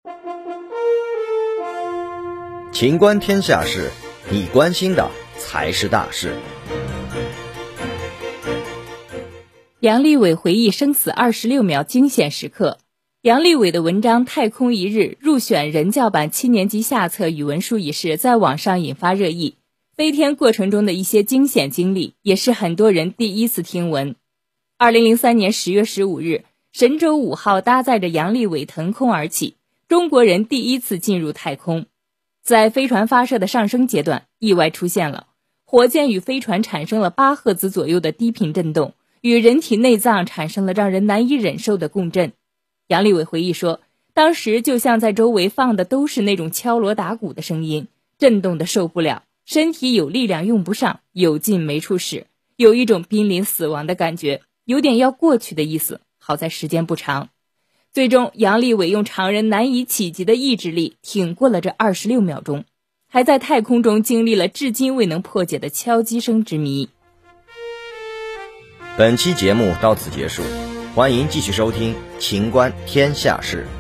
情观天下事，你关心的才是大事。 杨利伟回忆生死26秒惊险时刻。杨利伟的文章《太空一日》入选人教版7年级下册语文书一事在网上引发热议。飞天过程中的一些惊险经历也是很多人第一次听闻。2003年10月15日，神舟5号搭载着杨利伟腾空而起，中国人第一次进入太空。在飞船发射的上升阶段，意外出现了，火箭与飞船产生了8赫兹左右的低频振动，与人体内脏产生了让人难以忍受的共振。杨利伟回忆说，当时就像在周围放的都是那种敲锣打鼓的声音，震动的受不了，身体有力量用不上，有劲没处使，有一种濒临死亡的感觉，有点要过去的意思，好在时间不长。最终杨利伟用常人难以企及的意志力挺过了这26秒钟，还在太空中经历了至今未能破解的敲击声之谜。 本期节目到此结束，欢迎继续收听《情观天下事》。